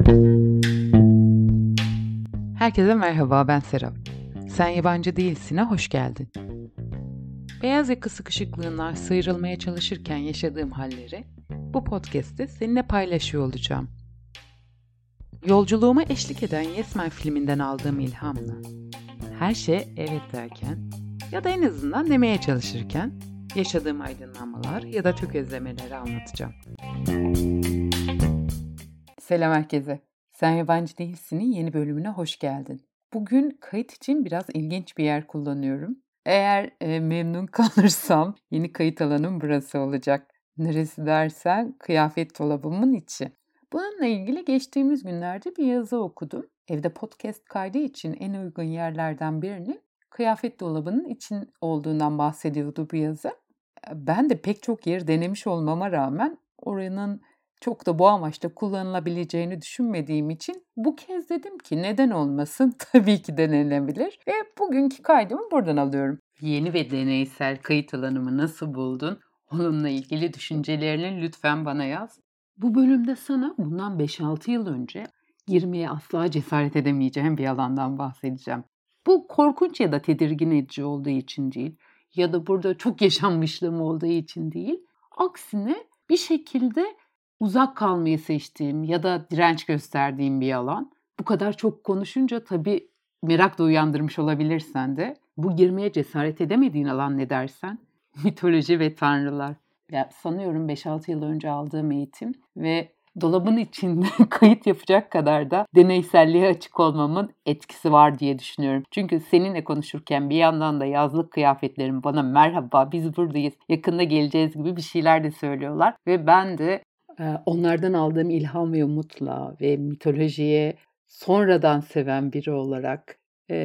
Herkese merhaba, ben Serap. Sen Yabancı Değilsin'e hoş geldin. Beyaz yaka sıkışıklığından sıyrılmaya çalışırken yaşadığım halleri bu podcast'te seninle paylaşıyor olacağım. Yolculuğuma eşlik eden Yes Man filminden aldığım ilhamla her şeye evet derken ya da en azından demeye çalışırken yaşadığım aydınlanmalar ya da tökezlemeleri anlatacağım. Selam herkese. Sen Yabancı Değilsin'in yeni bölümüne hoş geldin. Bugün kayıt için biraz ilginç bir yer kullanıyorum. Eğer memnun kalırsam yeni kayıt alanım burası olacak. Neresi dersen kıyafet dolabımın içi. Bununla ilgili geçtiğimiz günlerde bir yazı okudum. Evde podcast kaydı için en uygun yerlerden birinin kıyafet dolabının için olduğundan bahsediyordu bu yazı. Ben de pek çok yer denemiş olmama rağmen oranın çok da bu amaçla kullanılabileceğini düşünmediğim için bu kez dedim ki neden olmasın, tabii ki denenebilir ve bugünkü kaydımı buradan alıyorum. Yeni ve deneysel kayıt alanımı nasıl buldun? Onunla ilgili düşüncelerini lütfen bana yaz. Bu bölümde sana bundan 5-6 yıl önce girmeye asla cesaret edemeyeceğim bir alandan bahsedeceğim. Bu korkunç ya da tedirgin edici olduğu için değil ya da burada çok yaşanmışlığım olduğu için değil. Aksine bir şekilde uzak kalmayı seçtiğim ya da direnç gösterdiğim bir alan. Bu kadar çok konuşunca tabii merak da uyandırmış olabilirsen de bu girmeye cesaret edemediğin alan ne dersen? Mitoloji ve tanrılar. Ya sanıyorum 5-6 yıl önce aldığım eğitim ve dolabın içinde kayıt yapacak kadar da deneyselliğe açık olmamın etkisi var diye düşünüyorum. Çünkü seninle konuşurken bir yandan da yazlık kıyafetlerim bana merhaba biz buradayız yakında geleceğiz gibi bir şeyler de söylüyorlar. Ve ben de onlardan aldığım ilham ve umutla ve mitolojiye sonradan seven biri olarak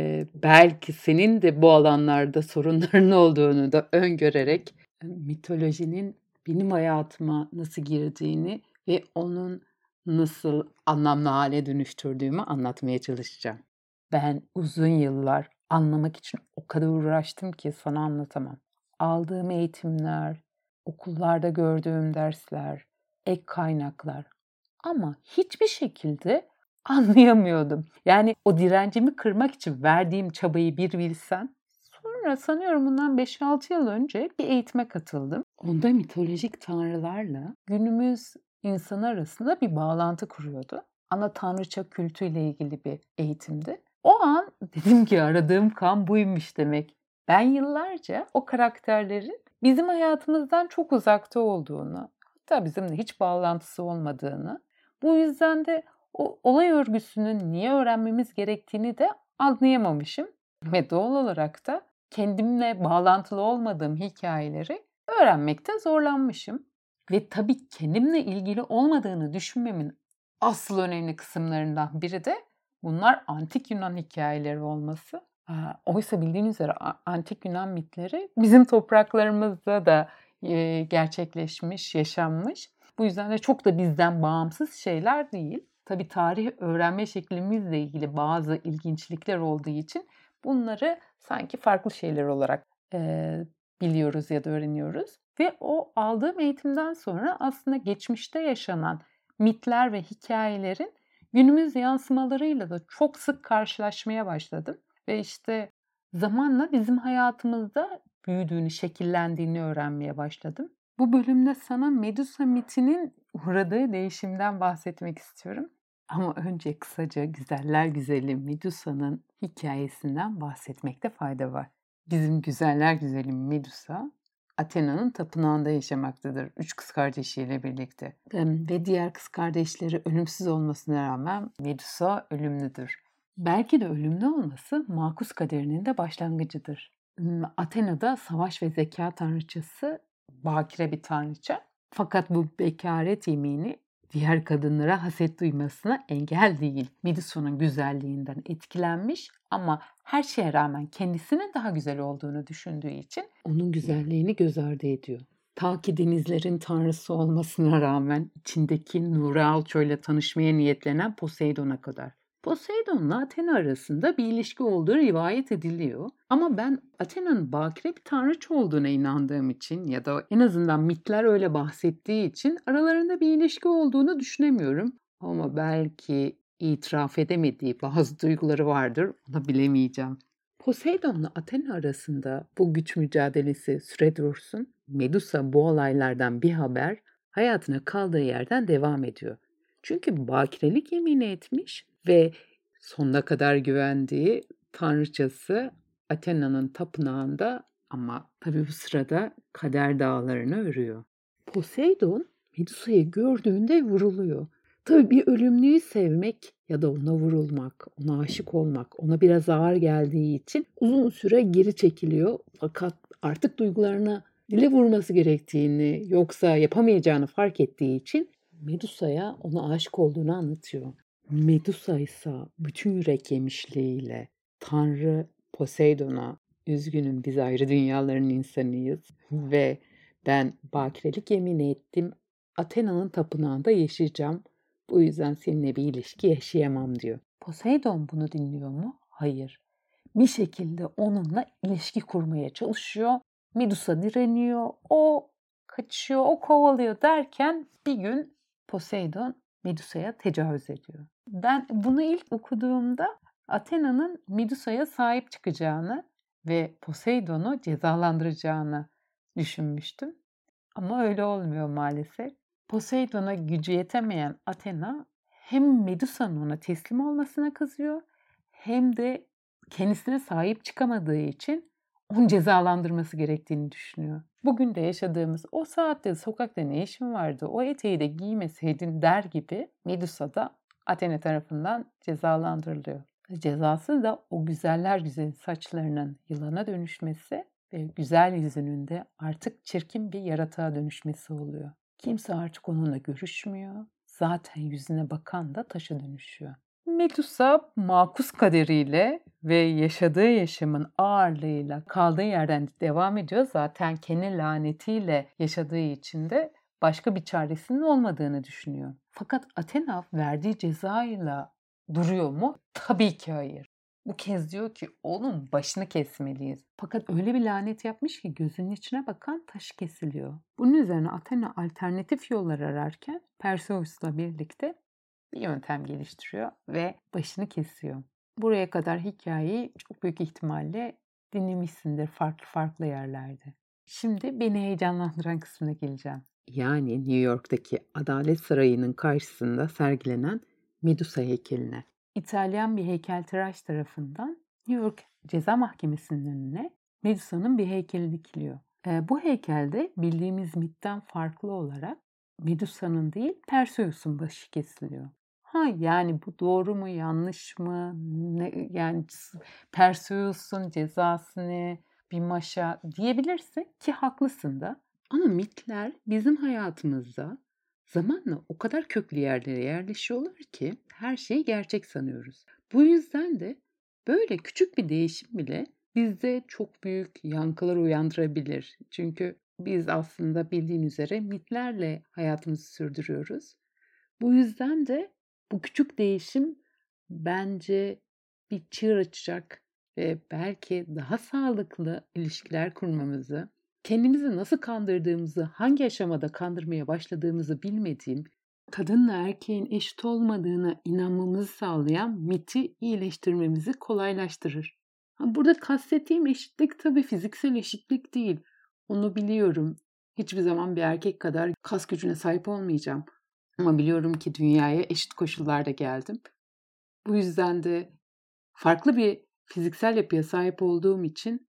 belki senin de bu alanlarda sorunların olduğunu da öngörerek mitolojinin benim hayatıma nasıl girdiğini ve onun nasıl anlamlı hale dönüştürdüğümü anlatmaya çalışacağım. Ben uzun yıllar anlamak için o kadar uğraştım ki sana anlatamam. Aldığım eğitimler, okullarda gördüğüm dersler, ek kaynaklar ama hiçbir şekilde anlayamıyordum. Yani o direncimi kırmak için verdiğim çabayı bir bilsen. Sonra sanıyorum bundan 5-6 yıl önce bir eğitime katıldım. Onda mitolojik tanrılarla günümüz insanı arasında bir bağlantı kuruyordu. Ana tanrıça kültüyle ilgili bir eğitimdi. O an dedim ki aradığım kan buymuş demek. Ben yıllarca o karakterlerin bizim hayatımızdan çok uzakta olduğunu, hatta bizimle hiç bağlantısı olmadığını, bu yüzden de o olay örgüsünün niye öğrenmemiz gerektiğini de anlayamamışım. Ve doğal olarak da kendimle bağlantılı olmadığım hikayeleri öğrenmekte zorlanmışım. Ve tabii kendimle ilgili olmadığını düşünmemin asıl önemli kısımlarından biri de bunlar antik Yunan hikayeleri olması. Oysa bildiğiniz üzere antik Yunan mitleri bizim topraklarımızda da gerçekleşmiş, yaşanmış. Bu yüzden de çok da bizden bağımsız şeyler değil. Tabii tarih öğrenme şeklimizle ilgili bazı ilginçlikler olduğu için bunları sanki farklı şeyler olarak biliyoruz ya da öğreniyoruz. Ve o aldığım eğitimden sonra aslında geçmişte yaşanan mitler ve hikayelerin günümüz yansımalarıyla da çok sık karşılaşmaya başladım. Ve işte zamanla bizim hayatımızda büyüdüğünü, şekillendiğini öğrenmeye başladım. Bu bölümde sana Medusa mitinin uğradığı değişimden bahsetmek istiyorum. Ama önce kısaca güzeller güzeli Medusa'nın hikayesinden bahsetmekte fayda var. Bizim güzeller güzeli Medusa, Athena'nın tapınağında yaşamaktadır 3 kız kardeşiyle birlikte. Ve diğer kız kardeşleri ölümsüz olmasına rağmen Medusa ölümlüdür. Belki de ölümlü olması makus kaderinin de başlangıcıdır. Athena'da savaş ve zeka tanrıçası bakire bir tanrıça. Fakat bu bekaret yemini diğer kadınlara haset duymasına engel değil. Medusa'nın güzelliğinden etkilenmiş ama her şeye rağmen kendisinin daha güzel olduğunu düşündüğü için onun güzelliğini göz ardı ediyor. Ta ki denizlerin tanrısı olmasına rağmen içindeki Nuri Alço ile tanışmaya niyetlenen Poseidon'a kadar. Poseidon'la Athena arasında bir ilişki olduğu rivayet ediliyor. Ama ben Athena'nın bakire bir tanrıça olduğuna inandığım için ya da en azından mitler öyle bahsettiği için aralarında bir ilişki olduğunu düşünemiyorum. Ama belki itiraf edemediği bazı duyguları vardır, onu bilemeyeceğim. Poseidon'la Athena arasında bu güç mücadelesi süre dursun. Medusa bu olaylardan bir haber, hayatına kaldığı yerden devam ediyor. Çünkü bakirelik yemini etmiş ve sonuna kadar güvendiği tanrıçası Athena'nın tapınağında, ama tabii bu sırada kader dağlarını örüyor. Poseidon Medusa'yı gördüğünde vuruluyor. Tabii bir ölümlüyü sevmek ya da ona vurulmak, ona aşık olmak ona biraz ağır geldiği için uzun süre geri çekiliyor. Fakat artık duygularına dile vurması gerektiğini, yoksa yapamayacağını fark ettiği için Medusa'ya ona aşık olduğunu anlatıyor. Medusa ise bütün yürek yemişliğiyle Tanrı Poseidon'a, üzgünüm biz ayrı dünyaların insanıyız ve ben bakirelik yemini ettim, Athena'nın tapınağında yaşayacağım. Bu yüzden seninle bir ilişki yaşayamam diyor. Poseidon bunu dinliyor mu? Hayır. Bir şekilde onunla ilişki kurmaya çalışıyor. Medusa direniyor. O kaçıyor, o kovalıyor derken bir gün Poseidon Medusa'ya tecavüz ediyor. Ben bunu ilk okuduğumda Athena'nın Medusa'ya sahip çıkacağını ve Poseidon'u cezalandıracağını düşünmüştüm. Ama öyle olmuyor maalesef. Poseidon'a gücü yetemeyen Athena hem Medusa'nın ona teslim olmasına kızıyor hem de kendisine sahip çıkamadığı için onu cezalandırması gerektiğini düşünüyor. Bugün de yaşadığımız o saatte sokakta ne işin vardı, o eteği de giymeseydin der gibi Medusa da Athena tarafından cezalandırılıyor. Cezası da o güzeller güzeli saçlarının yılana dönüşmesi ve güzel yüzünün de artık çirkin bir yaratığa dönüşmesi oluyor. Kimse artık onunla görüşmüyor. Zaten yüzüne bakan da taşa dönüşüyor. Medusa makus kaderiyle ve yaşadığı yaşamın ağırlığıyla kaldığı yerden devam ediyor. Zaten kendi lanetiyle yaşadığı için de başka bir çaresinin olmadığını düşünüyor. Fakat Athena verdiği cezayla duruyor mu? Tabii ki hayır. Bu kez diyor ki onun başını kesmeliyiz. Fakat öyle bir lanet yapmış ki gözünün içine bakan taş kesiliyor. Bunun üzerine Athena alternatif yollar ararken Perseus'la birlikte bir yöntem geliştiriyor ve başını kesiyor. Buraya kadar hikayeyi çok büyük ihtimalle dinlemişsindir farklı yerlerde. Şimdi beni heyecanlandıran kısmına geleceğim. Yani New York'taki Adalet Sarayı'nın karşısında sergilenen Medusa heykeline. İtalyan bir heykeltıraş tarafından New York Ceza Mahkemesi'nin önüne Medusa'nın bir heykeli dikiliyor. Bu heykelde bildiğimiz mitten farklı olarak Medusa'nın değil Perseus'un başı kesiliyor. Yani bu doğru mu yanlış mı? Yani Perseus'un cezası ne? Bir maşa diyebilirsin ki haklısın da. Ama mitler bizim hayatımızda zamanla o kadar köklü yerlere yerleşiyorlar ki her şeyi gerçek sanıyoruz. Bu yüzden de böyle küçük bir değişim bile bizde çok büyük yankılar uyandırabilir. Çünkü biz aslında bildiğin üzere mitlerle hayatımızı sürdürüyoruz. Bu yüzden de bu küçük değişim bence bir çığır açacak ve belki daha sağlıklı ilişkiler kurmamızı, kendimizi nasıl kandırdığımızı, hangi aşamada kandırmaya başladığımızı bilmediğim, kadınla erkeğin eşit olmadığına inanmamızı sağlayan miti iyileştirmemizi kolaylaştırır. Burada kastettiğim eşitlik tabii fiziksel eşitlik değil. Onu biliyorum. Hiçbir zaman bir erkek kadar kas gücüne sahip olmayacağım. Ama biliyorum ki dünyaya eşit koşullarda geldim. Bu yüzden de farklı bir fiziksel yapıya sahip olduğum için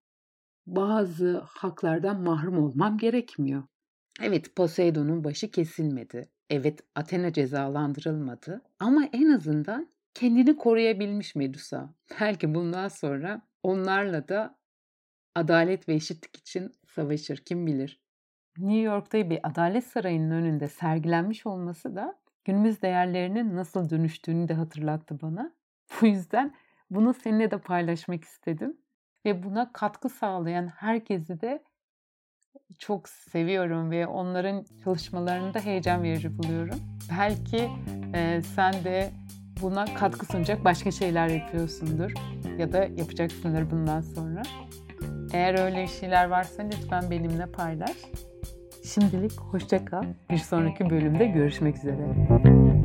bazı haklardan mahrum olmam gerekmiyor. Evet, Poseidon'un başı kesilmedi. Evet, Athena cezalandırılmadı. Ama en azından kendini koruyabilmiş Medusa. Belki bundan sonra onlarla da adalet ve eşitlik için savaşır, kim bilir. New York'ta bir Adalet Sarayı'nın önünde sergilenmiş olması da günümüz değerlerinin nasıl dönüştüğünü de hatırlattı bana. Bu yüzden bunu seninle de paylaşmak istedim. Ve buna katkı sağlayan herkesi de çok seviyorum ve onların çalışmalarını da heyecan verici buluyorum. Belki sen de buna katkı sunacak başka şeyler yapıyorsundur ya da yapacaksındır bundan sonra. Eğer öyle şeyler varsa lütfen benimle paylaş. Şimdilik hoşça kal. Bir sonraki bölümde görüşmek üzere.